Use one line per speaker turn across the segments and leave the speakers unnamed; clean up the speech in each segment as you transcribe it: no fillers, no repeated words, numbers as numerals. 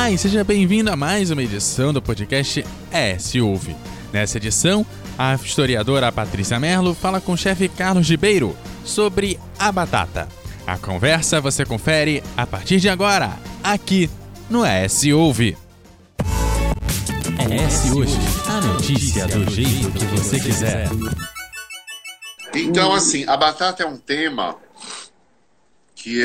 Olá e seja bem-vindo a mais uma edição do podcast Se Ouve. Nessa edição, a historiadora Patrícia Merlo fala com o chefe Carlos Ribeiro sobre a batata. A conversa você confere a partir de agora, aqui no Se Ouve. Se Hoje, a notícia do jeito que você quiser.
Então, assim, a batata é um tema que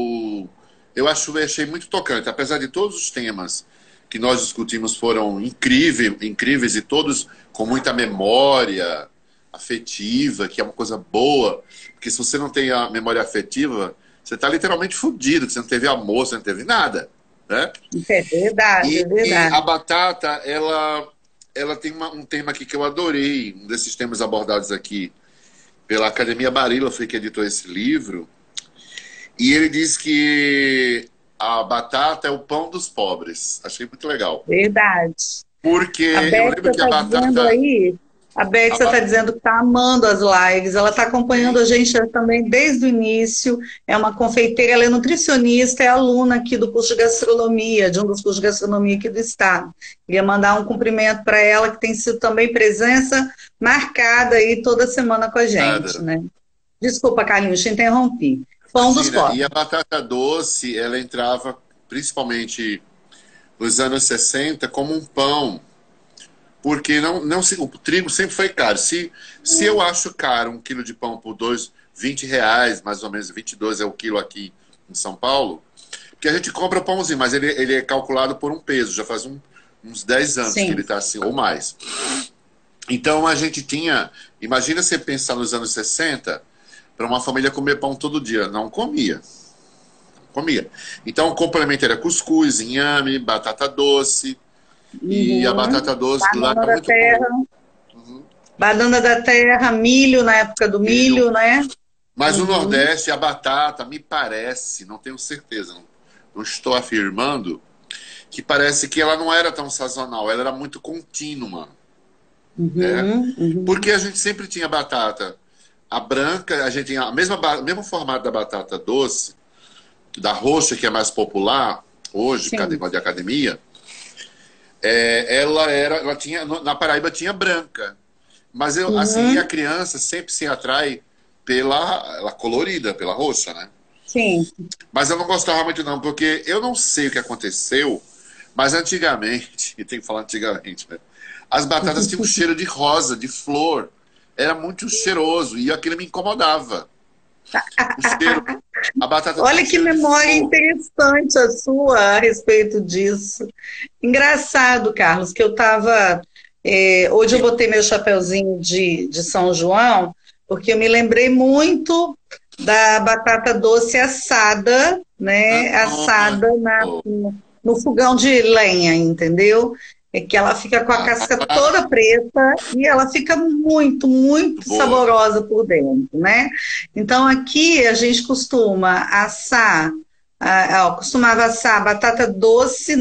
eu achei muito tocante. Apesar de todos os temas que nós discutimos foram incríveis e todos com muita memória afetiva, que é uma coisa boa, porque se você não tem a memória afetiva, você está literalmente fudido, que você não teve amor, você não teve nada, né?
É verdade, é verdade.
E a batata, ela tem um tema aqui que eu adorei, um desses temas abordados aqui pela Academia Barilla, foi que editou esse livro. E ele diz que a batata é o pão dos pobres. Achei muito legal.
Verdade.
Porque eu lembro que a batata...
A Bexa está dizendo que está amando as lives. Ela está acompanhando a gente também desde o início. É uma confeiteira, ela é nutricionista, é aluna aqui do curso de gastronomia, de um dos cursos de gastronomia aqui do estado. Queria mandar um cumprimento para ela, que tem sido também presença marcada aí toda semana com a gente, né? Desculpa, Carlinhos, te interrompi. Pão dos pobres.
E a batata doce, ela entrava, principalmente nos anos 60, como um pão. Porque o trigo sempre foi caro. Se eu acho caro um quilo de pão por R$20, mais ou menos, 22 é o quilo aqui em São Paulo, porque a gente compra pãozinho, mas ele é calculado por um peso. Já faz uns 10 anos que ele está assim, ou mais. Então a gente tinha... Imagina você pensar nos anos 60... para uma família comer pão todo dia. Não comia. Então o complemento era cuscuz, inhame, batata doce. E a batata doce lá é muito bom.
Banana da terra, milho na época do milho, né?
Mas no Nordeste a batata me parece, não tenho certeza, não estou afirmando, que parece que ela não era tão sazonal, ela era muito contínua. Porque a gente sempre tinha batata. A branca, a gente tem o mesmo formato da batata doce, da roxa, que é mais popular hoje, de academia. Ela tinha, na Paraíba tinha branca. Mas assim, a criança sempre se atrai pela colorida, pela roxa, né?
Sim.
Mas eu não gostava muito não, porque eu não sei o que aconteceu, mas antigamente, e tem que falar antigamente, né? As batatas tinham um cheiro de rosa, de flor. Era muito cheiroso e aquilo me incomodava. O cheiro, a batata.
Olha que memória interessante a sua a respeito disso. Engraçado, Carlos, que eu estava... hoje eu botei meu chapeuzinho de São João, porque eu me lembrei muito da batata doce assada, né? Assada no fogão de lenha, entendeu? É que ela fica com a casca toda preta e ela fica muito, muito saborosa por dentro, né? Então aqui a gente costuma assar, costumava assar batata doce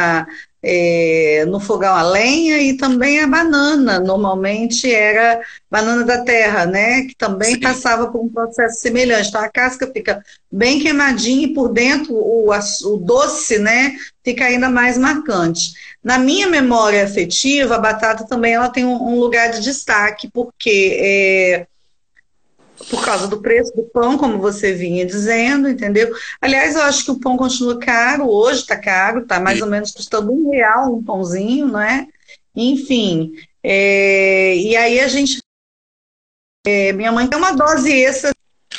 no fogão a lenha e também a banana, normalmente era banana da terra, né? Que também passava por um processo semelhante. Então a casca fica bem queimadinha e por dentro o doce, né? Fica ainda mais marcante. Na minha memória afetiva, a batata também ela tem um lugar de destaque, porque por causa do preço do pão, como você vinha dizendo, entendeu? Aliás, eu acho que o pão continua caro, hoje está caro, está mais ou menos custando R$1 um pãozinho, não é? Enfim, e aí a gente... minha mãe tem uma dose extra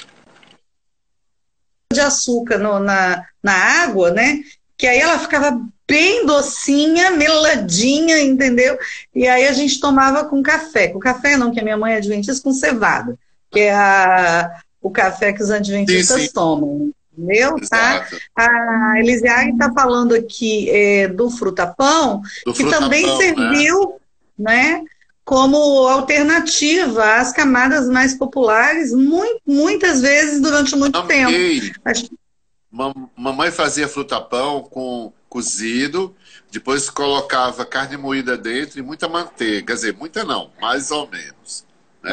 de açúcar na água, né? Que aí ela ficava bem docinha, meladinha, entendeu? E aí a gente tomava com café. Com café não, que a minha mãe é adventista, com cevada, que é o café que os adventistas tomam, entendeu? Tá? A Elisiane está falando aqui do frutapão, que também serviu, né, como alternativa às camadas mais populares, muitas vezes durante muito tempo.
Mamãe fazia frutapão com cozido, depois colocava carne moída dentro e muita manteiga. Quer dizer, muita não, mais ou menos. Né?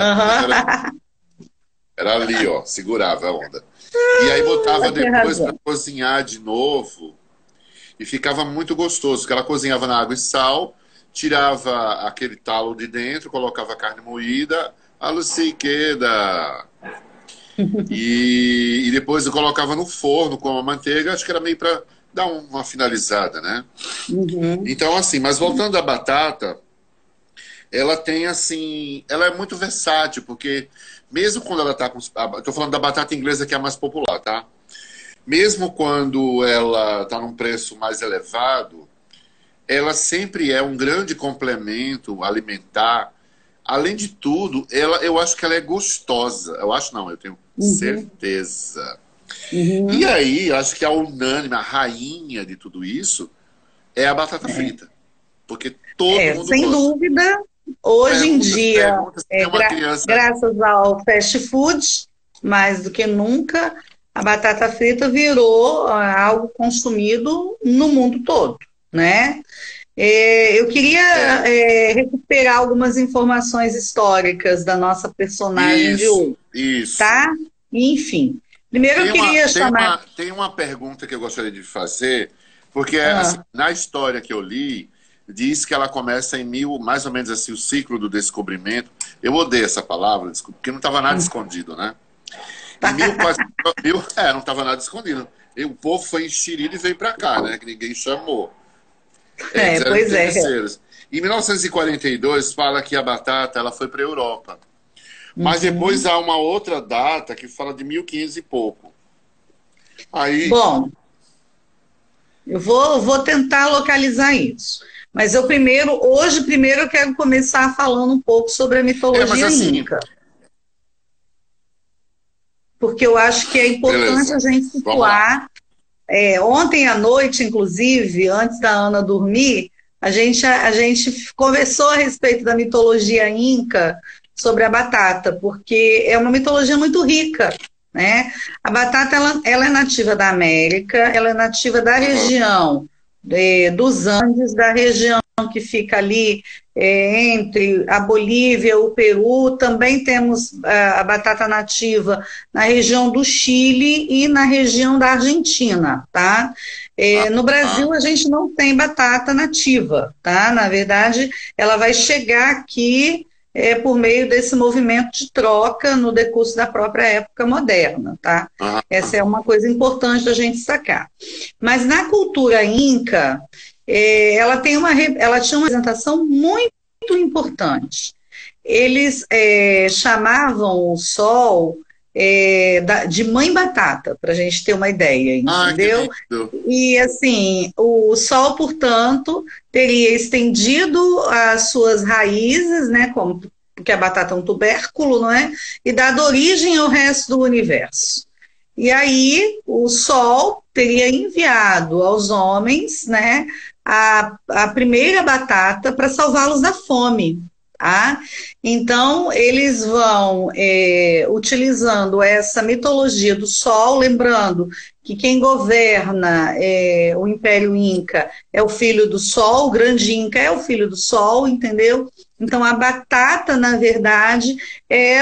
Era ali, ó, segurava a onda. E aí botava depois para cozinhar de novo. e ficava muito gostoso, porque ela cozinhava na água e sal, tirava aquele talo de dentro, colocava a carne moída, a luciqueda, e depois eu colocava no forno com a manteiga, acho que era meio para dar uma finalizada, né?
Uhum.
Então, assim, mas voltando à batata, ela tem assim, ela é muito versátil, porque mesmo quando ela tá com, tô falando da batata inglesa que é a mais popular, tá? Mesmo quando ela tá num preço mais elevado, ela sempre é um grande complemento alimentar. Além de tudo, eu acho que ela é gostosa. Eu acho não, eu tenho
Uhum.
certeza. E
Uhum.
aí, eu acho que a unânime, a rainha de tudo isso é a batata frita, porque todo mundo
Sem
gosta.
dúvida, hoje em dia,
Pergunta se tem uma criança.
graças ao fast food, mais do que nunca, a batata frita virou algo consumido no mundo todo, né? Eu queria
É,
recuperar algumas informações históricas da nossa personagem de
isso,
hoje,
isso.
tá? Enfim, primeiro eu queria chamar.
Tem uma pergunta que eu gostaria de fazer, porque assim,
Ah,
na história que eu li, diz que ela começa em mais ou menos assim, o ciclo do descobrimento. Eu odeio essa palavra, porque não estava nada escondido, né? Em 1400, não estava nada escondido. E o povo foi enxerido e veio para cá, né? Que ninguém chamou. Eles eram
pois é.
interesseiros. Em 1942 fala que a batata ela foi para a Europa. Mas depois
Uhum.
há uma outra data que fala de 1500 e pouco. Aí,
Bom, vou tentar localizar isso. Mas hoje primeiro eu quero começar falando um pouco sobre a
mas
mitologia
assim,
inca, porque eu acho que é importante a
beleza.
gente
Vamos lá.
situar. Ontem à noite, inclusive, antes da Ana dormir, a gente conversou a respeito da mitologia inca sobre a batata, porque é uma mitologia muito rica, né? A batata ela é nativa da América, ela é nativa da
Aham.
região dos Andes, da região que fica ali entre a Bolívia e o Peru. Também temos a batata nativa na região do Chile e na região da Argentina, tá? No
Ah,
Brasil a gente não tem batata nativa, tá? Na verdade, ela vai chegar aqui por meio desse movimento de troca no decurso da própria época moderna, tá?
ah,
Essa é uma coisa importante da gente sacar. Mas na cultura inca, ela tinha uma representação muito importante. Eles chamavam o sol de mãe batata, para a gente ter uma ideia,
que
entendeu?
lindo.
E assim, o sol, portanto, teria estendido as suas raízes, né, como porque a batata é um tubérculo, não é? E dado origem ao resto do universo. E aí o sol teria enviado aos homens, né, a primeira batata para salvá-los da fome. Tá? Então, eles vão utilizando essa mitologia do sol, lembrando que quem governa o Império Inca é o filho do sol, o grande Inca é o filho do sol, entendeu? Então, a batata, na verdade, é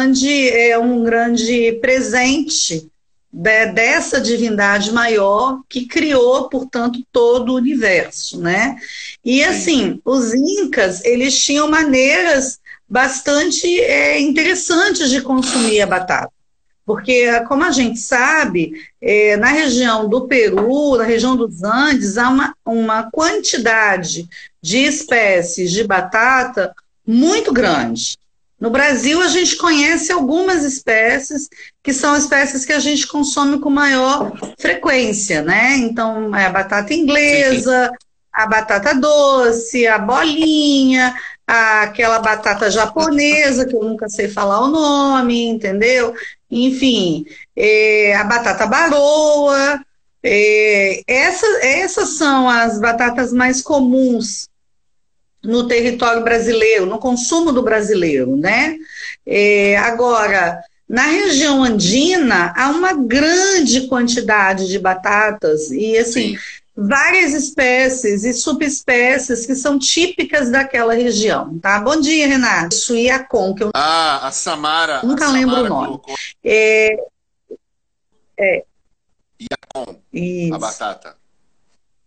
um grande presente dessa divindade maior que criou, portanto, todo o universo, né? E
Sim.
assim, os incas, eles tinham maneiras bastante interessantes de consumir a batata. Porque, como a gente sabe, na região do Peru, na região dos Andes, há uma quantidade de espécies de batata muito grande. No Brasil, a gente conhece algumas espécies que são espécies que a gente consome com maior frequência, né? Então, é a batata
Sim.
inglesa, a batata doce, a bolinha, aquela batata japonesa, que eu nunca sei falar o nome, entendeu? Enfim, a batata baroa. Essas são as batatas mais comuns no território brasileiro, no consumo do brasileiro, né? Agora, na região andina, há uma grande quantidade de batatas e, assim,
Sim.
várias espécies e subespécies que são típicas daquela região, tá? Bom dia, Renato. Suiacon, que eu
A
nunca lembro o
Samara
nome.
colocou
É,
com a
isso.
batata.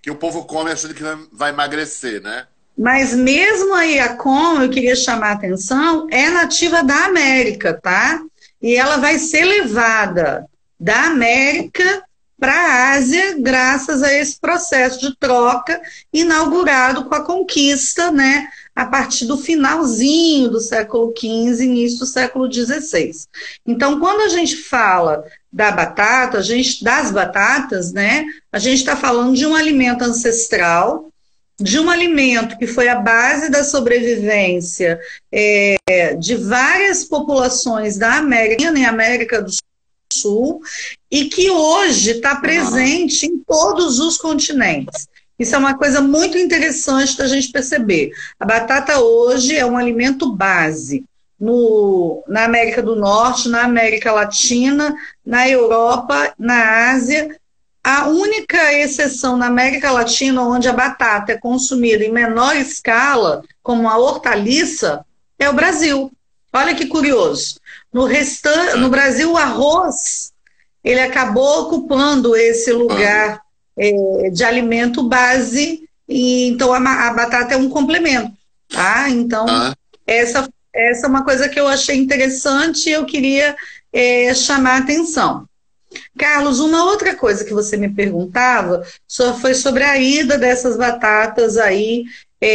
que o povo come achando que vai emagrecer, né?
Mas mesmo aí a Con, eu queria chamar a atenção, é nativa da América, tá? E ela vai ser levada da América para a Ásia, graças a esse processo de troca inaugurado com a conquista, né? A partir do finalzinho do século XV, início do século XVI. Então, quando a gente fala da batata, das batatas, né? A gente está falando de um alimento ancestral, de um alimento que foi a base da sobrevivência de várias populações da América, né, América do Sul, e que hoje está presente em todos os continentes. Isso é uma coisa muito interessante da gente perceber. A batata hoje é um alimento base na América do Norte, na América Latina, na Europa, na Ásia. A única exceção na América Latina onde a batata é consumida em menor escala, como a hortaliça, é o Brasil. Olha que curioso. No Brasil, o arroz ele acabou ocupando esse lugar de alimento base, e então a batata é um complemento. Tá? Então, essa é uma coisa que eu achei interessante e eu queria chamar a atenção. Carlos, uma outra coisa que você me perguntava foi sobre a ida dessas batatas aí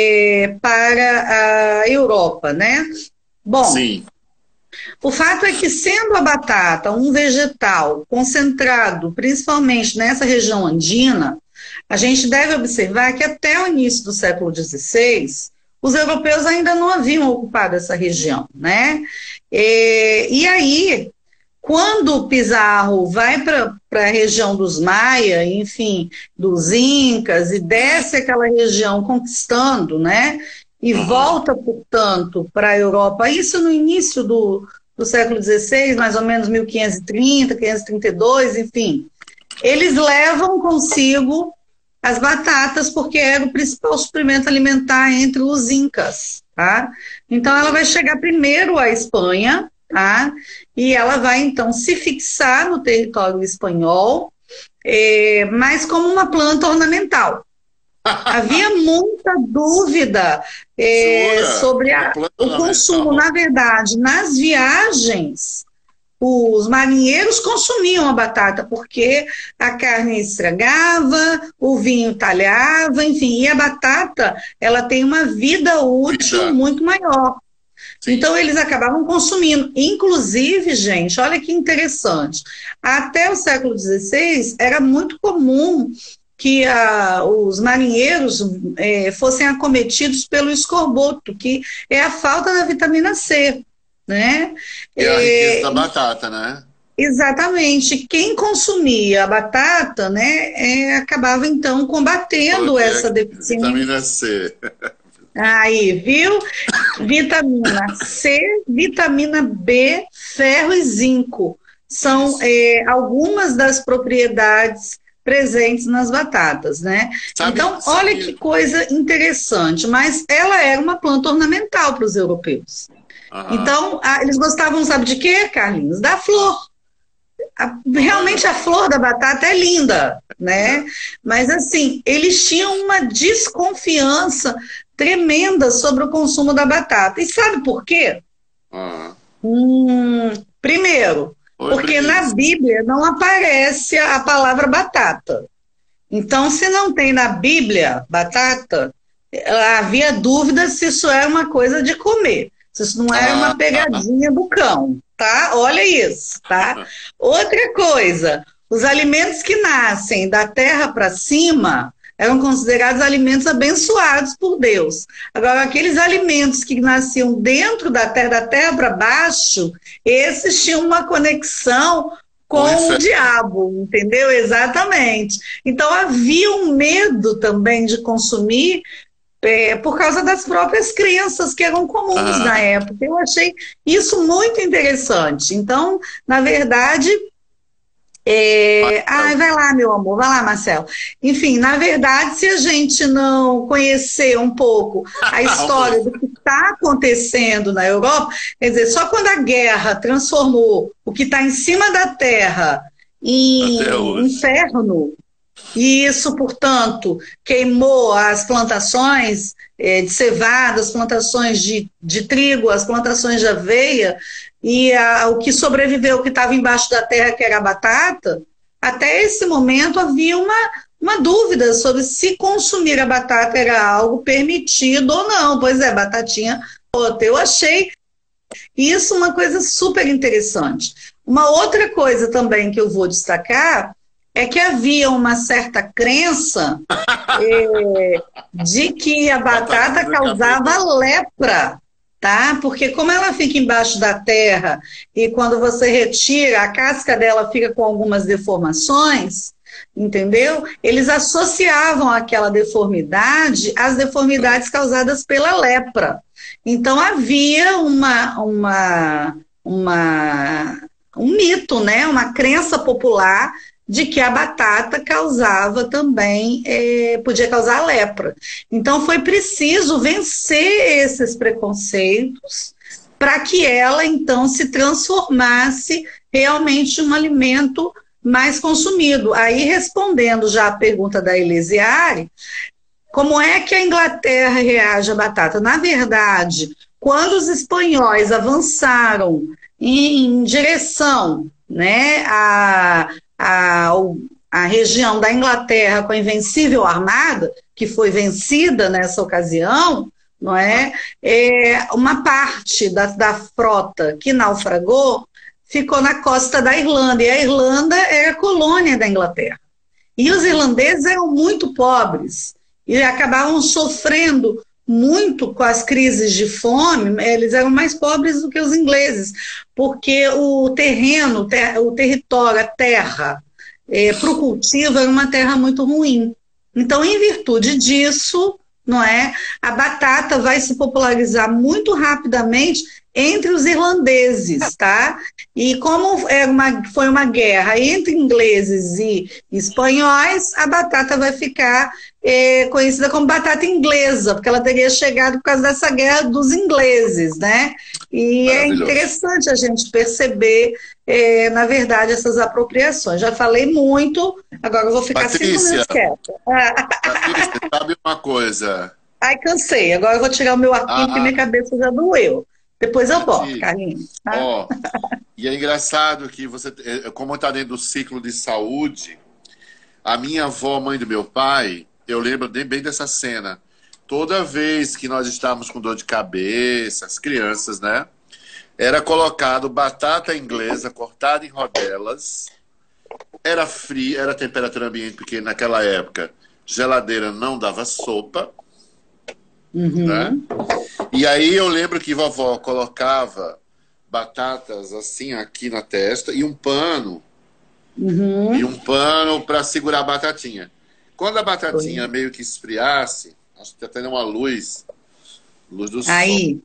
para a Europa, né? Bom,
sim.
O fato é que, sendo a batata um vegetal concentrado principalmente nessa região andina, a gente deve observar que até o início do século XVI, os europeus ainda não haviam ocupado essa região, né? E aí, quando o Pizarro vai para a região dos Maia, enfim, dos Incas, e desce aquela região conquistando, né? E volta, portanto, para a Europa, isso no início do século XVI, mais ou menos 1530, 532, enfim. Eles levam consigo as batatas, porque era o principal suprimento alimentar entre os Incas, tá? Então, ela vai chegar primeiro à Espanha, tá? E ela vai, então, se fixar no território espanhol, mas como uma planta ornamental. Havia muita dúvida sobre o consumo. Na verdade, nas viagens, os marinheiros consumiam a batata, porque a carne estragava, o vinho talhava, enfim, e a batata ela tem uma vida útil muito maior. Sim. Então, eles acabavam consumindo. Inclusive, gente, olha que interessante, até o século XVI era muito comum que os marinheiros fossem acometidos pelo escorbuto, que é a falta da vitamina C, né?
E a riqueza da batata, né?
Exatamente. Quem consumia a batata, né, acabava, então, combatendo essa deficiência.
Vitamina C.
Aí, viu? Vitamina C, vitamina B, ferro e zinco. São algumas das propriedades presentes nas batatas, né? Então, olha que coisa interessante, mas ela era uma planta ornamental para os europeus. Então, eles gostavam, sabe de quê, Carlinhos? Da flor. Realmente a flor da batata é linda, né? Mas, assim, eles tinham uma desconfiança tremenda sobre o consumo da batata. E sabe por quê? Primeiro, porque na Bíblia não aparece a palavra batata. Então, se não tem na Bíblia batata, havia dúvida se isso era uma coisa de comer, se isso não era uma pegadinha do cão, tá? Olha isso, tá? Outra coisa, os alimentos que nascem da terra para cima eram considerados alimentos abençoados por Deus. Agora, aqueles alimentos que nasciam dentro da terra para baixo, esses tinham uma conexão com o diabo, entendeu? Exatamente. Então, havia um medo também de consumir por causa das próprias crenças que eram comuns na época. Eu achei isso muito interessante. Então, na verdade... vai lá, meu amor, vai lá, Marcelo. Enfim, na verdade, se a gente não conhecer um pouco a história do que está acontecendo na Europa, quer dizer, só quando a guerra transformou o que está em cima da terra em inferno, e isso, portanto, queimou as plantações de cevada, as plantações de trigo, as plantações de aveia, e o que sobreviveu, o que estava embaixo da terra, que era a batata. Até esse momento havia uma dúvida sobre se consumir a batata era algo permitido ou não. Pois é, batatinha outra. Eu achei isso uma coisa super interessante. Uma outra coisa também que eu vou destacar é que havia uma certa crença de que a batata causava lepra, tá? Porque como ela fica embaixo da terra e quando você retira, a casca dela fica com algumas deformações, entendeu? Eles associavam aquela deformidade às deformidades causadas pela lepra. Então havia um mito, né? Uma crença popular de que a batata causava também, podia causar lepra. Então foi preciso vencer esses preconceitos para que ela então se transformasse realmente em um alimento mais consumido. Aí, respondendo já a pergunta da Elisiare, como é que a Inglaterra reage à batata? Na verdade, quando os espanhóis avançaram em direção, né, a região da Inglaterra com a Invencível Armada, que foi vencida nessa ocasião, não é? Uma parte da frota que naufragou ficou na costa da Irlanda, e a Irlanda era colônia da Inglaterra. E os irlandeses eram muito pobres e acabavam sofrendo muito com as crises de fome. Eles eram mais pobres do que os ingleses, porque o terreno, o território, a terra, para o cultivo era uma terra muito ruim. Então, em virtude disso, não é, a batata vai se popularizar muito rapidamente entre os irlandeses, tá? E como foi uma guerra entre ingleses e espanhóis, a batata vai ficar conhecida como batata inglesa, porque ela teria chegado por causa dessa guerra dos ingleses, né? E é interessante a gente perceber, na verdade, essas apropriações. Já falei muito, agora eu vou ficar
Patrícia,
5 minutos quieta.
Patrícia, sabe uma coisa?
Ai, cansei. Agora eu vou tirar o meu arquivo, porque minha cabeça já doeu. Depois eu volto, Carlinhos. Tá?
E é engraçado que você, como está dentro do ciclo de saúde, a minha avó, mãe do meu pai, eu lembro bem dessa cena. Toda vez que nós estávamos com dor de cabeça, as crianças, né? Era colocado batata inglesa cortada em rodelas. Era frio, era temperatura ambiente, porque naquela época geladeira não dava sopa. Né? E aí eu lembro que vovó colocava batatas assim aqui na testa e um pano para segurar a batatinha. Quando a batatinha meio que esfriasse, acho que até uma luz do sol. Aí.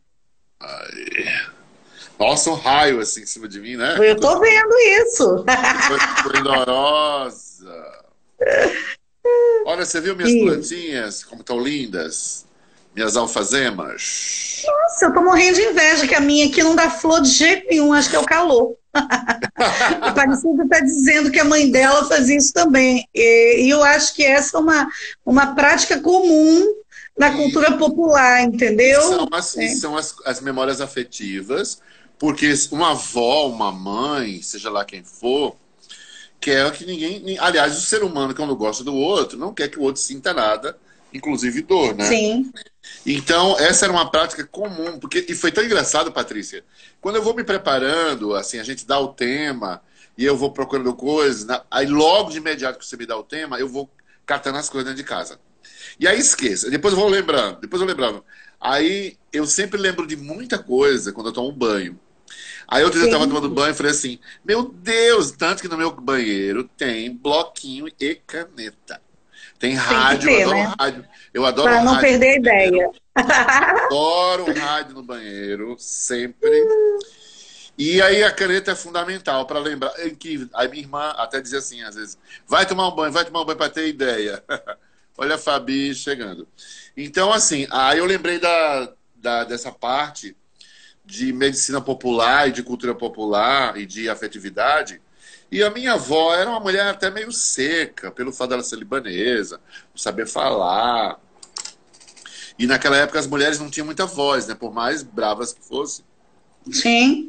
Nossa, um raio assim em cima de mim, né?
Eu tô vendo isso.
Foi dolorosa. Olha, você viu minhas plantinhas como estão lindas? Minhas alfazemas.
Nossa, eu tô morrendo de inveja, que a minha aqui não dá flor de jeito nenhum, acho que é o calor. O Aparecido está dizendo que a mãe dela fazia isso também. E eu acho que essa é uma prática comum na cultura popular, entendeu?
São as memórias afetivas, porque uma avó, uma mãe, seja lá quem for, quer que ninguém... Aliás, o ser humano, quando gosta do outro, não quer que o outro sinta nada, inclusive dor, né?
Sim.
Então, essa era uma prática comum, e foi tão engraçado, Patrícia, quando eu vou me preparando, assim, a gente dá o tema, e eu vou procurando coisas, aí logo de imediato que você me dá o tema, eu vou catando as coisas dentro de casa. E aí esqueço, depois eu vou lembrando, Aí eu sempre lembro de muita coisa quando eu tomo banho. Aí outro dia eu estava tomando banho e falei assim, meu Deus, tanto que no meu banheiro tem bloquinho e caneta. Tem rádio, eu adoro rádio. Eu adoro rádio.
Para não perder a ideia.
Adoro rádio no banheiro, sempre. E aí a caneta é fundamental para lembrar. Que a minha irmã até dizia assim, às vezes, vai tomar um banho para ter ideia. Olha a Fabi chegando. Então, assim, aí eu lembrei dessa parte de medicina popular e de cultura popular e de afetividade. E a minha avó era uma mulher até meio seca, pelo fato dela ser libanesa, não saber falar. E naquela época as mulheres não tinham muita voz, né? Por mais bravas que fossem.
Sim.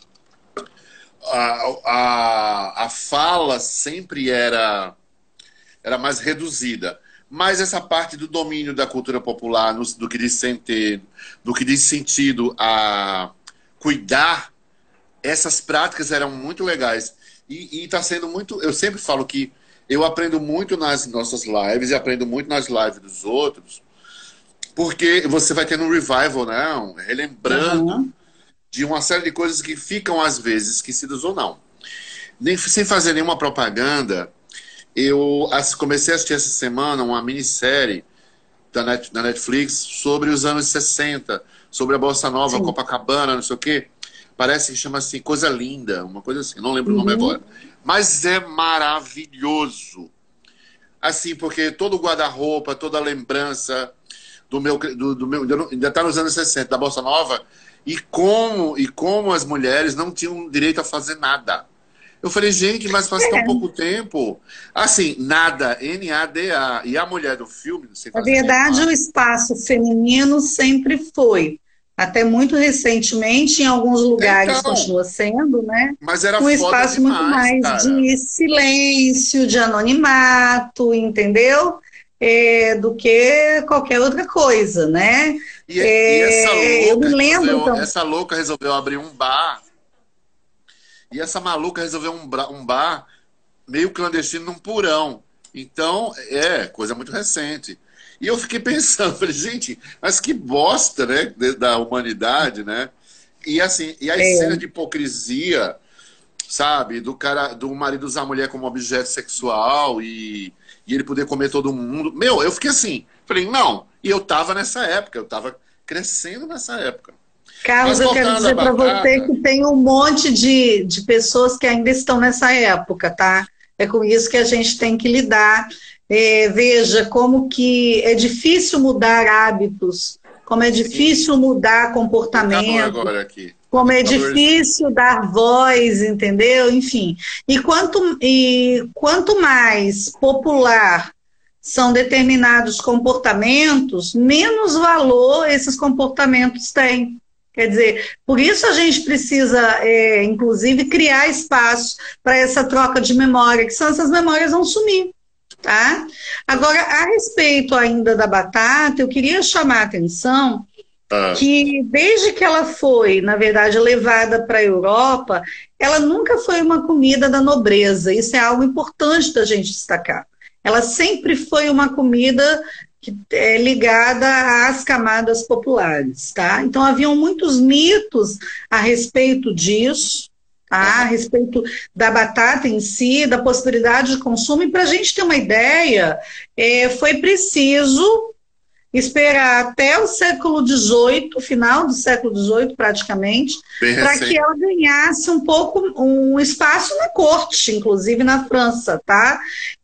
A fala sempre era mais reduzida. Mas essa parte do domínio da cultura popular, do que diz sentido, do que diz sentido a cuidar, essas práticas eram muito legais. E está sendo muito. Eu sempre falo que eu aprendo muito nas nossas lives e aprendo muito nas lives dos outros, porque você vai tendo um revival, né? Relembrando de uma série de coisas que ficam, às vezes, esquecidas ou não. Sem fazer nenhuma propaganda, eu comecei a assistir essa semana uma minissérie da Netflix sobre os anos 60, sobre a Bossa Nova,
Sim.
Copacabana, não sei o quê. Parece que chama assim Coisa Linda, uma coisa assim, não lembro o nome agora. Mas é maravilhoso. Assim, porque todo o guarda-roupa, toda a lembrança do meu ainda está nos anos 60, da Bossa Nova, e como as mulheres não tinham direito a fazer nada. Eu falei, gente, mas faz tão pouco tempo. Assim, nada, N-A-D-A. E a mulher do filme, não sei
Na
fazer
verdade,
nada.
o espaço feminino sempre foi. Até muito recentemente, em alguns lugares
Então,
continua sendo, né?
mas era
Um
foda
espaço muito
demais,
mais
cara.
de silêncio, de anonimato, entendeu? Do que qualquer outra coisa, né?
E essa
Eu me
louca
lembro, então,
essa louca resolveu abrir um bar. E essa maluca resolveu um bar meio clandestino num porão. Então, coisa muito recente. E eu fiquei pensando, falei, gente, mas que bosta, né, da humanidade, né? E assim, e as cenas de hipocrisia, sabe, do marido usar a mulher como objeto sexual e ele poder comer todo mundo. Meu, eu fiquei assim, falei, não. E eu tava nessa época, eu tava crescendo nessa época.
Carlos,
Mas
eu quero
voltando à
dizer para você
batata,
que tem um monte de pessoas que ainda estão nessa época, tá? É com isso que a gente tem que lidar. Veja como que é difícil mudar hábitos, como é difícil mudar
tá
comportamento,
agora aqui.
como é
Calorzinho.
difícil dar voz, entendeu? Enfim. E quanto mais popular são determinados comportamentos, menos valor esses comportamentos têm. Quer dizer, por isso a gente precisa, inclusive, criar espaço para essa troca de memória, que senão essas memórias vão sumir, tá? Agora, a respeito ainda da batata, eu queria chamar a atenção que desde que ela foi, na verdade, levada para a Europa, ela nunca foi uma comida da nobreza. Isso é algo importante da gente destacar. Ela sempre foi uma comida que é ligada às camadas populares, tá? Então, haviam muitos mitos a respeito disso, tá? A respeito da batata em si, da possibilidade de consumo. E para a gente ter uma ideia, foi preciso esperar até o século XVIII, final do século XVIII praticamente, para que ela ganhasse um pouco um espaço na corte, inclusive na França, tá?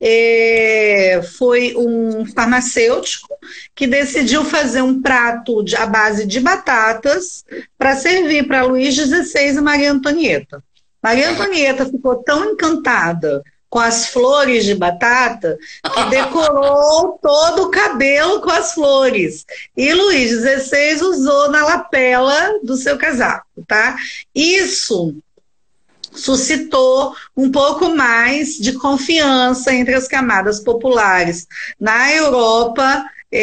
Foi um farmacêutico que decidiu fazer um prato à base de batatas para servir para Luís XVI e Maria Antonieta. Maria Antonieta ficou tão encantada com as flores de batata, que decorou todo o cabelo com as flores. E Luís XVI usou na lapela do seu casaco, tá? Isso suscitou um pouco mais de confiança entre as camadas populares na Europa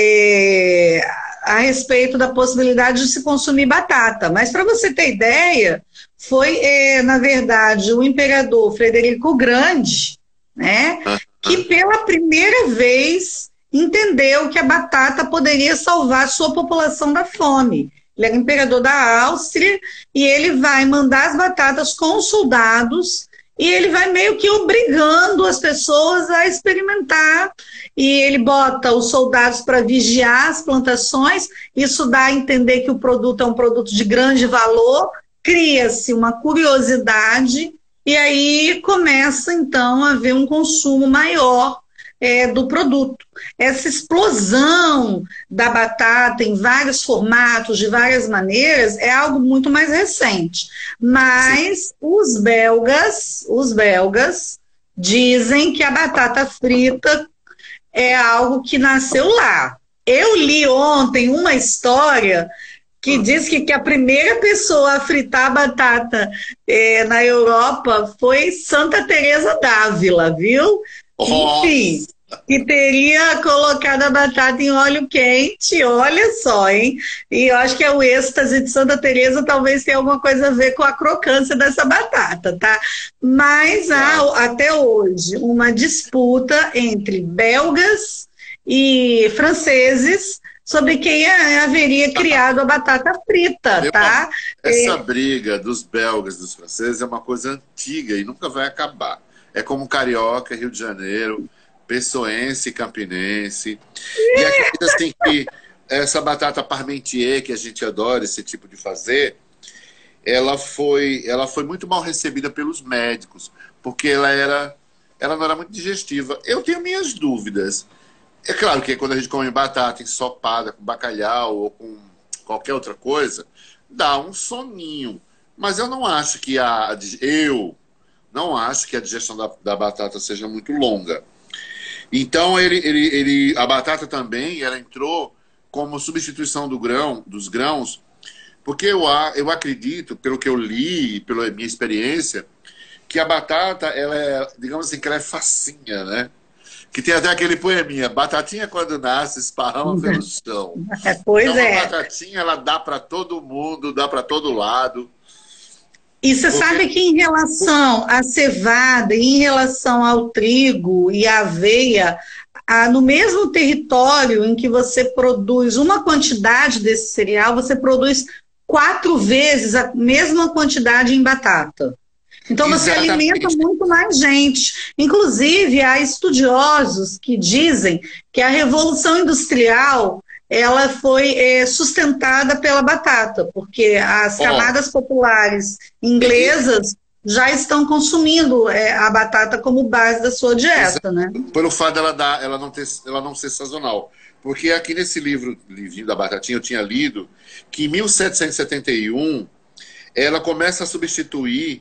a respeito da possibilidade de se consumir batata. Mas, para você ter ideia, foi, na verdade, o imperador Frederico o Grande, né, que pela primeira vez entendeu que a batata poderia salvar sua população da fome. Ele era imperador da Áustria e ele vai mandar as batatas com os soldados e ele vai meio que obrigando as pessoas a experimentar. E ele bota os soldados para vigiar as plantações, isso dá a entender que o produto é um produto de grande valor, cria-se uma curiosidade e aí começa então a haver um consumo maior do produto. Essa explosão da batata em vários formatos, de várias maneiras, é algo muito mais recente. Mas os belgas dizem que a batata frita é algo que nasceu lá. Eu li ontem uma história que diz que a primeira pessoa a fritar batata na Europa foi Santa Teresa d'Ávila, viu? Enfim, que teria colocado a batata em óleo quente, olha só, hein? E eu acho que o êxtase de Santa Teresa talvez tenha alguma coisa a ver com a crocância dessa batata, tá? Mas há até hoje uma disputa entre belgas e franceses sobre quem haveria criado a batata frita, tá?
Essa briga dos belgas e dos franceses é uma coisa antiga e nunca vai acabar. É como carioca, Rio de Janeiro, pessoense, campinense. E acredito assim que essa batata parmentier, que a gente adora esse tipo de fazer, ela foi muito mal recebida pelos médicos, porque ela não era muito digestiva. Eu tenho minhas dúvidas. É claro que quando a gente come batata ensopada com bacalhau ou com qualquer outra coisa, dá um soninho. Mas eu não acho que a digestão da batata seja muito longa. Então a batata também ela entrou como substituição dos grãos, porque eu acredito, pelo que eu li, pela minha experiência, que a batata ela é, digamos assim, que ela é facinha, né? Que tem até aquele poeminha, batatinha quando nasce, esparrama pelo chão.
Pois
então, a batatinha, ela dá para todo mundo, dá para todo lado.
E você sabe que em relação à cevada, em relação ao trigo e à aveia, no mesmo território em que você produz uma quantidade desse cereal, você produz 4 vezes a mesma quantidade em batata. Então você alimenta muito mais gente. Inclusive, há estudiosos que dizem que a Revolução Industrial ela foi sustentada pela batata, porque as camadas populares inglesas já estão consumindo a batata como base da sua dieta, né?
Pelo fato dela não ser sazonal. Porque aqui nesse livrinho da batatinha, eu tinha lido que em 1771 ela começa a substituir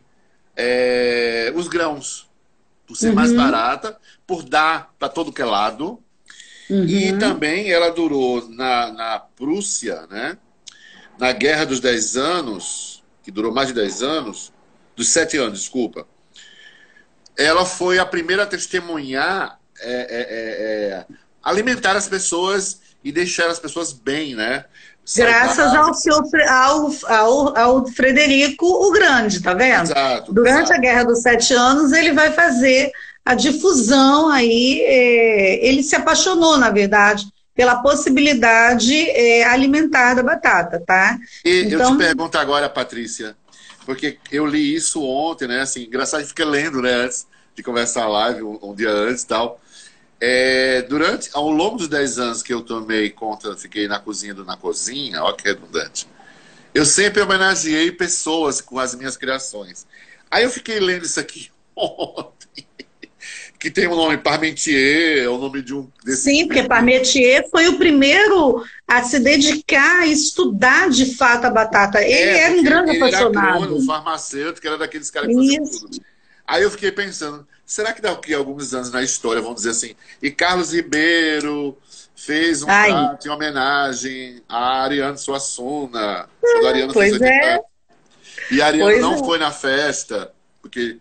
os grãos, por ser mais barata, por dar para todo que é lado. E também ela durou na Prússia, né? Na Guerra dos 10 anos, que durou mais de 10 anos, dos 7 anos, desculpa. Ela foi a primeira a testemunhar alimentar as pessoas e deixar as pessoas bem, né?
Graças ao Frederico o Grande, tá vendo?
Exato,
Durante a Guerra dos 7 anos, ele vai fazer a difusão aí, ele se apaixonou, na verdade, pela possibilidade alimentar da batata, tá?
E então, eu te pergunto agora, Patrícia, porque eu li isso ontem, né? Assim, engraçado, a gente fica lendo, né? Antes de começar a live, um dia antes e tal. Ao longo dos 10 anos que eu tomei conta, fiquei na cozinha do Na Cozinha, olha que redundante, eu sempre homenageei pessoas com as minhas criações. Aí eu fiquei lendo isso aqui ontem, que tem o nome Parmentier, é o nome de um desses.
Sim, porque Parmentier foi o primeiro a se dedicar a estudar de fato a batata. Ele era um grande apaixonado.
Ele era agrônomo, farmacêutico, era daqueles caras que faziam tudo. Aí eu fiquei pensando, será que daqui a alguns anos na história vão dizer assim, e Carlos Ribeiro fez um prato em homenagem a Ariano Suassuna, quando a Ariano fez 80 anos. E a Ariano não foi na festa, porque...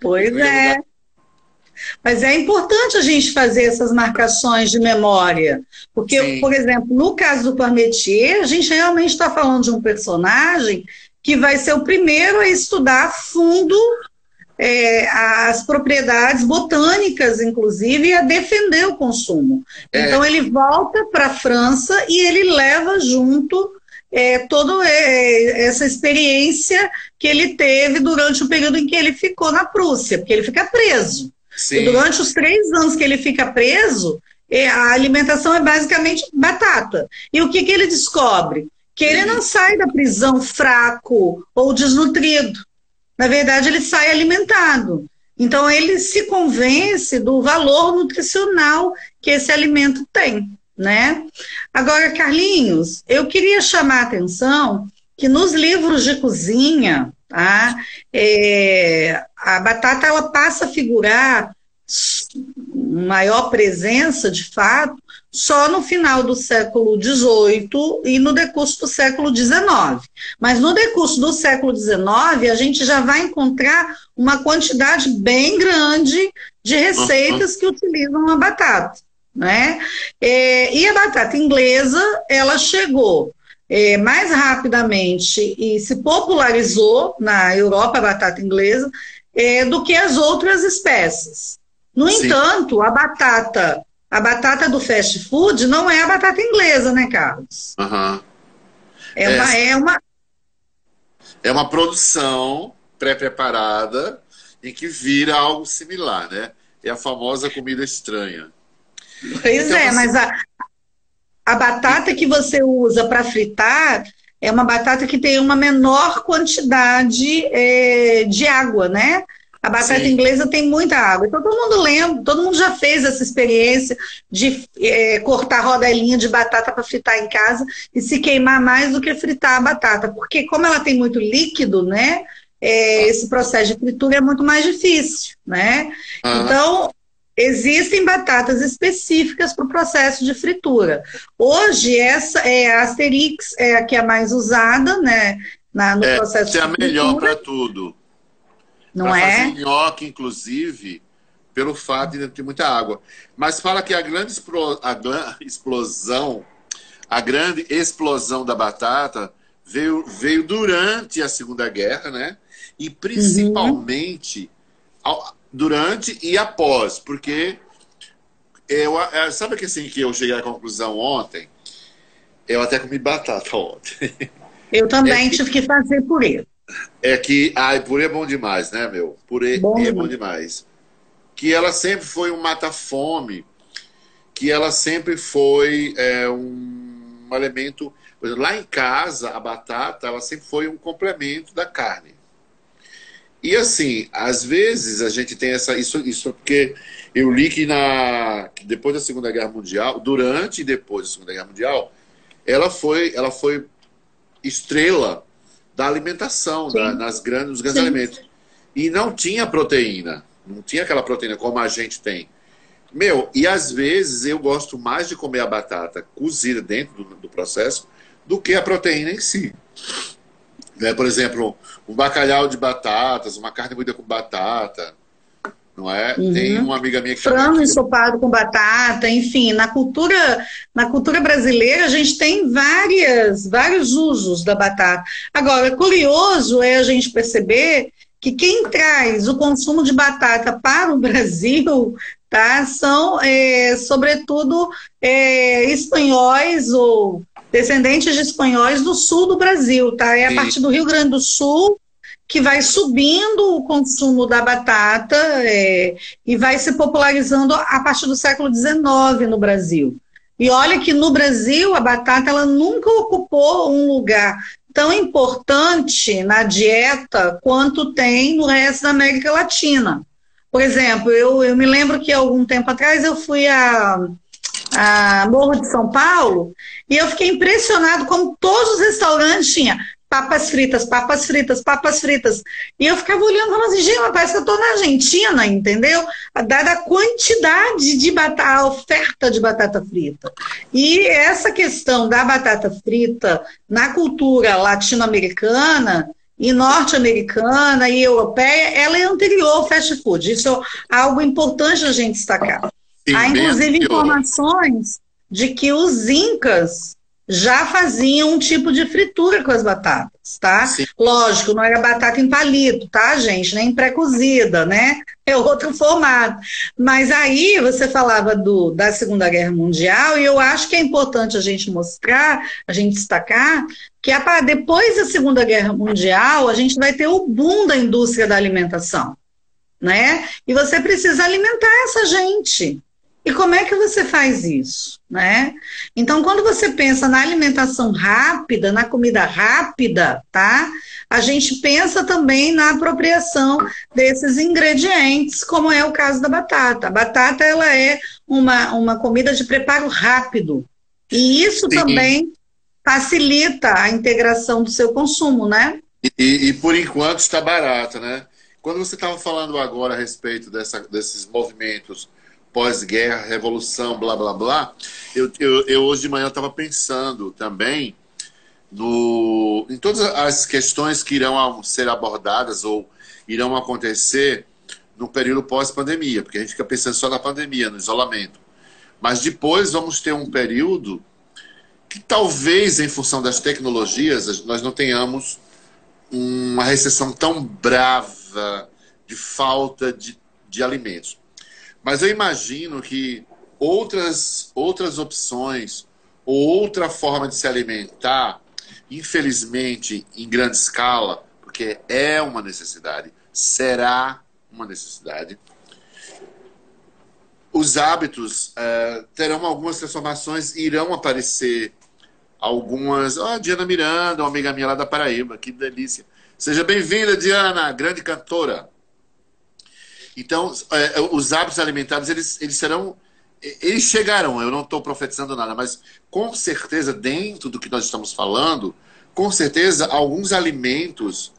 Mas é importante a gente fazer essas marcações de memória, porque, por exemplo, no caso do Parmentier, a gente realmente está falando de um personagem que vai ser o primeiro a estudar a fundo as propriedades botânicas, inclusive, e a defender o consumo. Então ele volta para a França e ele leva junto toda essa experiência que ele teve durante o período em que ele ficou na Prússia, porque ele fica preso. Sim. E durante os 3 anos que ele fica preso, a alimentação é basicamente batata. E o que ele descobre? Que ele não sai da prisão fraco ou desnutrido. Na verdade, ele sai alimentado. Então, ele se convence do valor nutricional que esse alimento tem, né? Agora, Carlinhos, eu queria chamar a atenção que nos livros de cozinha, tá, a batata ela passa a figurar maior presença, de fato, só no final do século XVIII e no decurso do século XIX. Mas no decurso do século XIX, a gente já vai encontrar uma quantidade bem grande de receitas que utilizam a batata, né? E a batata inglesa, ela chegou mais rapidamente e se popularizou na Europa, a batata inglesa, do que as outras espécies. No entanto, a batata do fast food não é a batata inglesa, né, Carlos?
Uhum.
É
uma produção pré-preparada em que vira algo similar, né? É a famosa comida estranha.
Pois então, mas a batata que você usa para fritar é uma batata que tem uma menor quantidade de água, né? A batata inglesa tem muita água. Então, todo mundo lembra, todo mundo já fez essa experiência de cortar rodelinha de batata para fritar em casa e se queimar mais do que fritar a batata. Porque como ela tem muito líquido, né? Esse processo de fritura é muito mais difícil, né? Então, existem batatas específicas para o processo de fritura. Hoje, essa a Asterix é a que é mais usada, né? No processo de fritura.
É a melhor para tudo.
Não
pra
é?
fazer nhoque, inclusive, pelo fato de ter muita água. Mas fala que a grande explosão da batata veio durante a Segunda Guerra, né? E principalmente durante e após, porque sabe que assim que eu cheguei à conclusão ontem? Eu até comi batata ontem.
Eu também tive que fazer purê.
Purê é bom demais, né, meu? Purê é bom demais. Que ela sempre foi um mata-fome, que ela sempre foi um elemento... Por exemplo, lá em casa, a batata, ela sempre foi um complemento da carne. E assim, às vezes a gente tem isso porque eu li que depois da Segunda Guerra Mundial, durante e depois da Segunda Guerra Mundial, ela foi estrela da alimentação, nos grandes alimentos. E não tinha proteína. Não tinha aquela proteína como a gente tem. E às vezes eu gosto mais de comer a batata cozida dentro do processo do que a proteína em si. Por exemplo, um bacalhau de batatas, uma carne moída com batata, não é? Tem uma amiga minha que
frango ensopado com batata, enfim, na cultura brasileira a gente tem vários usos da batata. Agora, curioso é a gente perceber que quem traz o consumo de batata para o Brasil, tá, são, sobretudo, espanhóis ou descendentes de espanhóis do sul do Brasil, tá? A partir do Rio Grande do Sul que vai subindo o consumo da batata e vai se popularizando a partir do século XIX no Brasil. E olha que no Brasil a batata ela nunca ocupou um lugar tão importante na dieta quanto tem no resto da América Latina. Por exemplo, eu me lembro que algum tempo atrás eu fui a Morro de São Paulo e eu fiquei impressionado como todos os restaurantes tinham papas fritas, papas fritas, papas fritas. E eu ficava olhando e falando assim, gente, parece que eu estou na Argentina, entendeu? Dada a quantidade de a oferta de batata frita. E essa questão da batata frita na cultura latino-americana e norte-americana e europeia, ela é anterior ao fast food. Isso é algo importante a gente destacar.
Sim,
há inclusive informações de que os incas já faziam um tipo de fritura com as batatas, tá?
Sim.
Lógico, não era batata em palito, tá, gente? Nem pré-cozida, né? É outro formato. Mas aí você falava da Segunda Guerra Mundial e eu acho que é importante a gente mostrar, a gente destacar, que depois da Segunda Guerra Mundial a gente vai ter o boom da indústria da alimentação, né? E você precisa alimentar essa gente. E como é que você faz isso, né? Então, quando você pensa na alimentação rápida, na comida rápida, tá? A gente pensa também na apropriação desses ingredientes, como é o caso da batata. A batata, ela é uma comida de preparo rápido. E isso
Sim.
também facilita a integração do seu consumo, né?
E por enquanto está barato, né? Quando você estava falando agora a respeito desses movimentos pós-guerra, revolução, blá blá blá, eu hoje de manhã estava pensando também em todas as questões que irão ser abordadas ou irão acontecer no período pós-pandemia, porque a gente fica pensando só na pandemia, no isolamento. Mas depois vamos ter um período que talvez, em função das tecnologias, nós não tenhamos uma recessão tão brava de falta de alimentos. Mas eu imagino que outras opções ou outra forma de se alimentar, infelizmente, em grande escala, porque é uma necessidade, será uma necessidade, os hábitos terão algumas transformações, irão aparecer algumas. Ó, Diana Miranda, uma amiga minha lá da Paraíba, que delícia. Seja bem-vinda, Diana, grande cantora. Então, os hábitos alimentares, eles serão. Eles chegarão, eu não estou profetizando nada, mas com certeza, dentro do que nós estamos falando, com certeza, alguns alimentos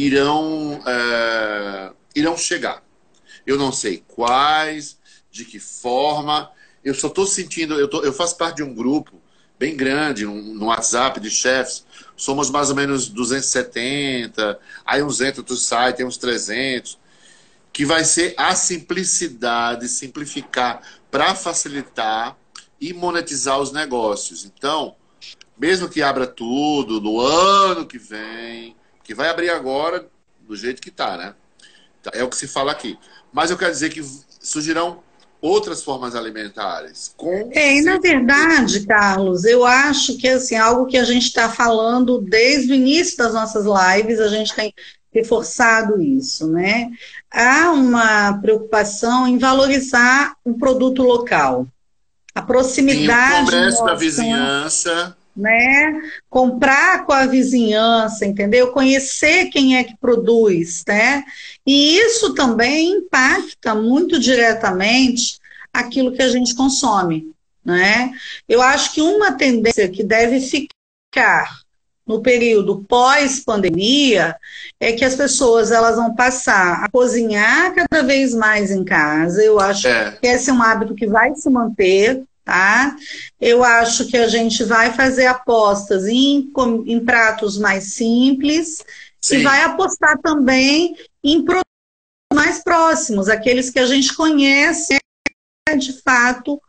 irão chegar. Eu não sei quais, de que forma. Eu só estou sentindo. Eu faço parte de um grupo bem grande, no WhatsApp de chefs. Somos mais ou menos 270, aí uns entram, outros saem, tem uns 300, que vai ser a simplicidade, simplificar para facilitar e monetizar os negócios. Então, mesmo que abra tudo no ano que vem, que vai abrir agora do jeito que está, né? É o que se fala aqui. Mas eu quero dizer que surgirão outras formas alimentares.
E na verdade, Carlos, eu acho que assim, algo que a gente está falando desde o início das nossas lives, a gente tem reforçado isso, né? Há uma preocupação em valorizar o produto local. A
Sim, o
proximidade
comércio da
nossa,
vizinhança.
né? Comprar com a vizinhança, entendeu? Conhecer quem é que produz, né? E isso também impacta muito diretamente aquilo que a gente consome, né? Eu acho que uma tendência que deve ficar no período pós-pandemia é que as pessoas elas vão passar a cozinhar cada vez mais em casa. Eu acho que esse é um hábito que vai se manter, tá? Eu acho que a gente vai fazer apostas em pratos mais simples e
Sim.
vai apostar também em produtos mais próximos, aqueles que a gente conhece de fato.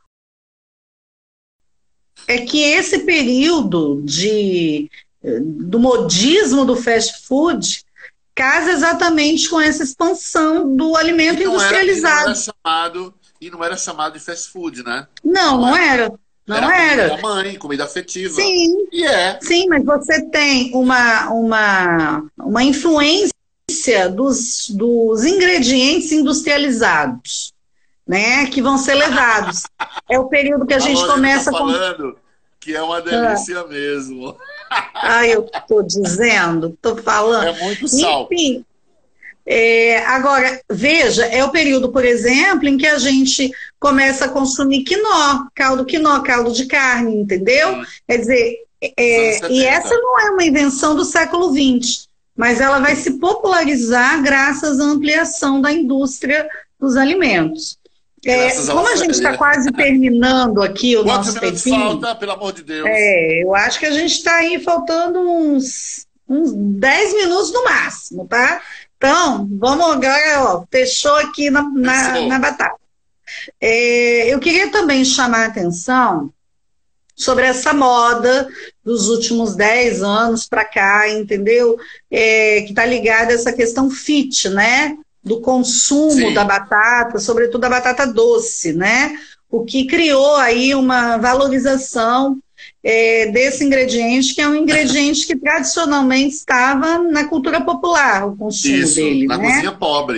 É que esse período do modismo do fast food casa exatamente com essa expansão do alimento industrializado.
E não era chamado de fast food, né?
Não era. Não
Era
era.
comida mãe, comida afetiva.
Sim,
E é.
sim, mas você tem uma influência dos ingredientes industrializados, né, que vão ser levados. É o período que a gente começa
tá falando que é uma delícia mesmo.
Eu estou dizendo, estou falando.
É muito sal.
Enfim, agora, veja, é o período, por exemplo, em que a gente começa a consumir quinó, caldo de carne, entendeu? Quer dizer, e essa não é uma invenção do século XX, mas ela vai se popularizar graças à ampliação da indústria dos alimentos. Como a gente está quase terminando aqui o nosso tempinho...
Quantos minutos falta, pelo amor de Deus?
Eu acho que a gente está aí faltando uns 10 minutos no máximo, tá? Então, vamos agora, ó, fechou aqui na batata. Eu queria também chamar a atenção sobre essa moda dos últimos 10 anos para cá, entendeu? Que está ligada a essa questão fit, né? Do consumo da batata, sobretudo a batata doce, né? O que criou aí uma valorização desse ingrediente, que é um ingrediente que tradicionalmente estava na cultura popular, o consumo dele,
na
né?
cozinha pobre.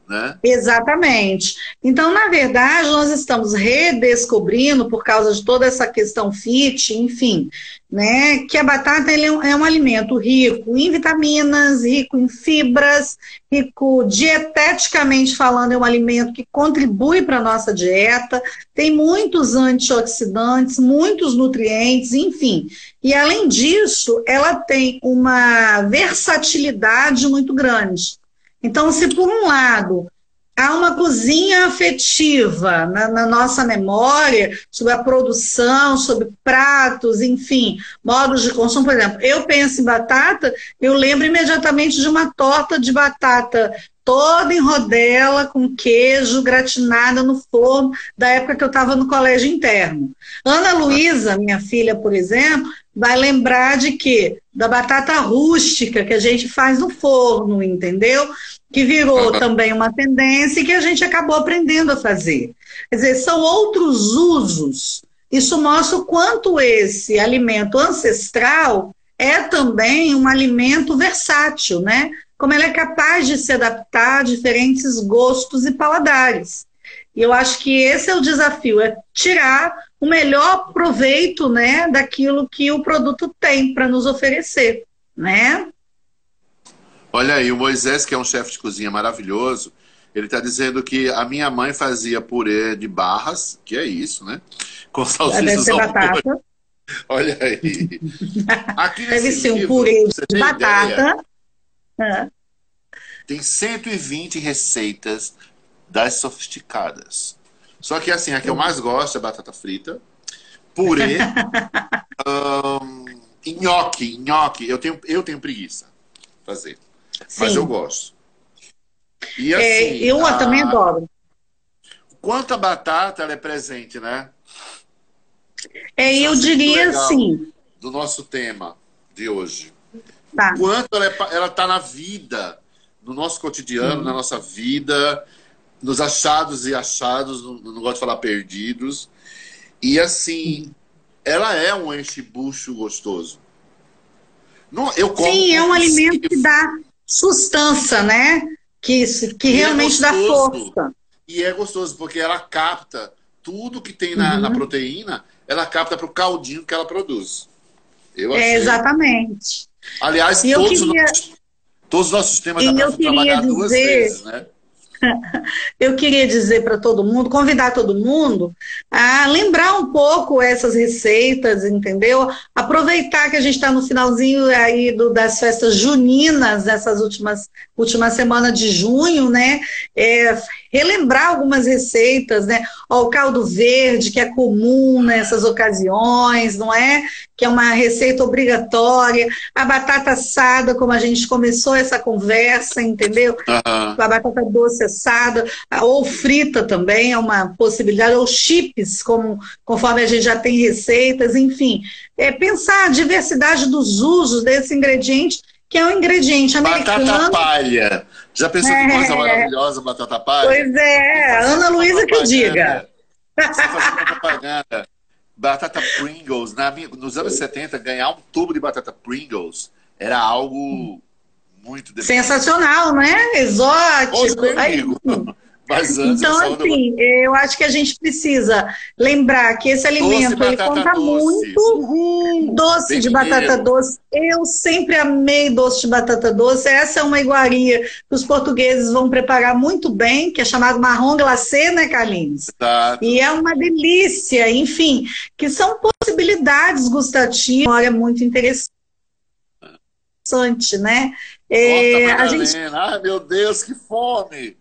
né?
Exatamente. Então, na verdade, nós estamos redescobrindo, por causa de toda essa questão fit, enfim, né, que a batata ele é um alimento rico em vitaminas, rico em fibras, rico dieteticamente falando, é um alimento que contribui para a nossa dieta, tem muitos antioxidantes, muitos nutrientes, enfim. E, além disso, ela tem uma versatilidade muito grande. Então, se por um lado há uma cozinha afetiva na nossa memória, sobre a produção, sobre pratos, enfim, modos de consumo, por exemplo, eu penso em batata, eu lembro imediatamente de uma torta de batata toda em rodela, com queijo, gratinada no forno, da época que eu estava no colégio interno. Ana Luísa, minha filha, por exemplo, vai lembrar de quê? Da batata rústica que a gente faz no forno, entendeu? Que virou também uma tendência e que a gente acabou aprendendo a fazer. Quer dizer, são outros usos. Isso mostra o quanto esse alimento ancestral é também um alimento versátil, né? Como ele é capaz de se adaptar a diferentes gostos e paladares. E eu acho que esse é o desafio, é tirar o melhor proveito, né, daquilo que o produto tem para nos oferecer, né?
Olha aí, o Moisés, que é um chefe de cozinha maravilhoso, ele está dizendo que a minha mãe fazia purê de barras, que é isso, né? Com salsichas ao molho. Olha aí. Aqui
deve ser um
livro,
purê de batata.
Tem 120 receitas das sofisticadas. Só que assim, a que eu mais gosto é batata frita, purê, nhoque. Eu tenho preguiça de fazer.
Sim.
Mas eu gosto. E assim,
eu também adoro.
Quanta batata ela é presente, né?
Eu diria assim.
Do nosso tema de hoje.
Tá.
Quanto ela está na vida, no nosso cotidiano, na nossa vida, nos achados e achados, não gosto de falar perdidos. E assim, ela é um enche-bucho gostoso. Eu como
Sim, é um alimento que dá sustância, né? Que realmente dá força.
E é gostoso, porque ela capta tudo que tem na proteína, ela capta para o caldinho que ela produz. Eu achei.
Exatamente.
Aliás, todos os nossos temas dá para trabalhar duas vezes, né?
Eu queria dizer para todo mundo, convidar todo mundo a lembrar um pouco essas receitas, entendeu? Aproveitar que a gente está no finalzinho aí das festas juninas, nessas últimas semanas de junho, né? Relembrar algumas receitas, né? O caldo verde, que é comum nessas ocasiões, não é? Que é uma receita obrigatória. A batata assada, como a gente começou essa conversa, entendeu? A batata doce assada, ou frita também é uma possibilidade, ou chips, conforme a gente já tem receitas, enfim. Pensar a diversidade dos usos desse ingrediente, que é um ingrediente americano.
Batata palha. Já pensou que coisa maravilhosa, batata palha?
Pois é, Ana Luísa que eu diga.
Você fazendo propaganda. Batata Pringles. Nos anos 70, ganhar um tubo de batata Pringles era algo muito
sensacional, né? Exótico.
Mas antes,
então, assim, eu acho que a gente precisa lembrar que esse alimento ele conta muito. Doce de batata doce. Eu sempre amei doce de batata doce. Essa é uma iguaria que os portugueses vão preparar muito bem, que é chamado marrom glacê, né, Carlinhos?
Exato.
E é uma delícia, enfim, que são possibilidades gustativas, é muito interessante, né?
A gente... Ai, meu Deus, que fome!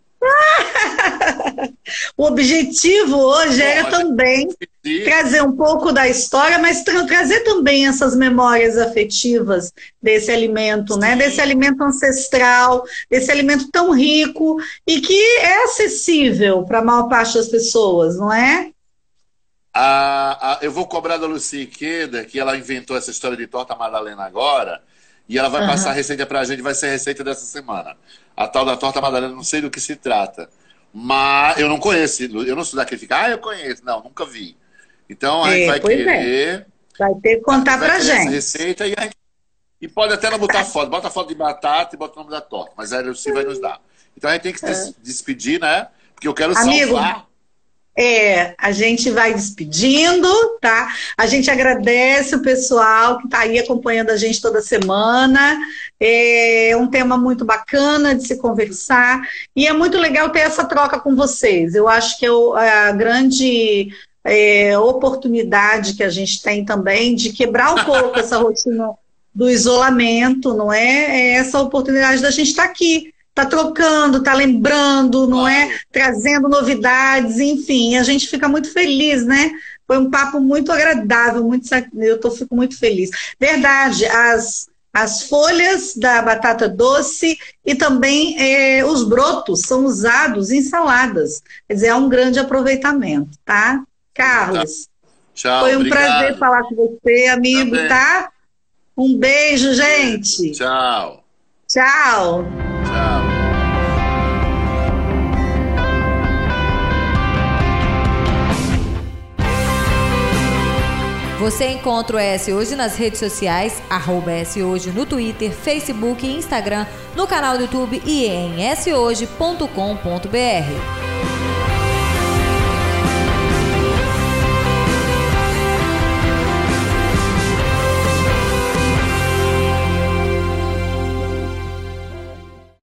O objetivo hoje era também trazer um pouco da história, mas trazer também essas memórias afetivas desse alimento, né? Desse alimento ancestral, desse alimento tão rico e que é acessível para a maior parte das pessoas, não é?
Eu vou cobrar da Lucy Iqueda, que ela inventou essa história de torta Madalena agora, e ela vai passar a receita pra gente, vai ser a receita dessa semana. A tal da torta Madalena, não sei do que se trata. Mas eu não conheço, eu não sou daquele que fica, eu conheço. Não, nunca vi. Então a gente vai querer...
Vai ter que contar pra gente.
Essa receita e pode até não botar foto. Bota foto de batata e bota o nome da torta. Mas a Lucy vai nos dar. Então a gente tem que se despedir, né? Porque eu quero
Amigo,
salvar.
a gente vai despedindo, tá? A gente agradece o pessoal que está aí acompanhando a gente toda semana. É um tema muito bacana de se conversar e é muito legal ter essa troca com vocês. Eu acho que é a grande oportunidade que a gente tem também de quebrar um pouco essa rotina do isolamento, não é? É essa oportunidade da gente estar aqui. Tá trocando, tá lembrando, não é? Trazendo novidades, enfim, a gente fica muito feliz, né? Foi um papo muito agradável, fico muito feliz. Verdade, as folhas da batata doce e também os brotos são usados em saladas. Quer dizer, é um grande aproveitamento, tá? Carlos,
Tchau,
foi um
obrigado.
prazer falar com você, amigo,
Também.
tá? Um beijo, gente.
Tchau.
Tchau.
Tchau.
Você encontra o ES Hoje nas redes sociais, @ES Hoje no Twitter, Facebook e Instagram, no canal do YouTube e em shoje.com.br.